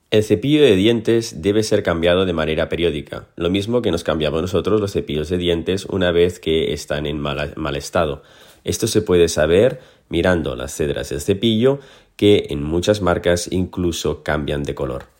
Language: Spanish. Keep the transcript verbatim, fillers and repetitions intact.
El cepillo de dientes debe ser cambiado de manera periódica, lo mismo que nos cambiamos nosotros los cepillos de dientes una vez que están en mal, mal estado. Esto se puede saber mirando las cedras del cepillo, que en muchas marcas incluso cambian de color.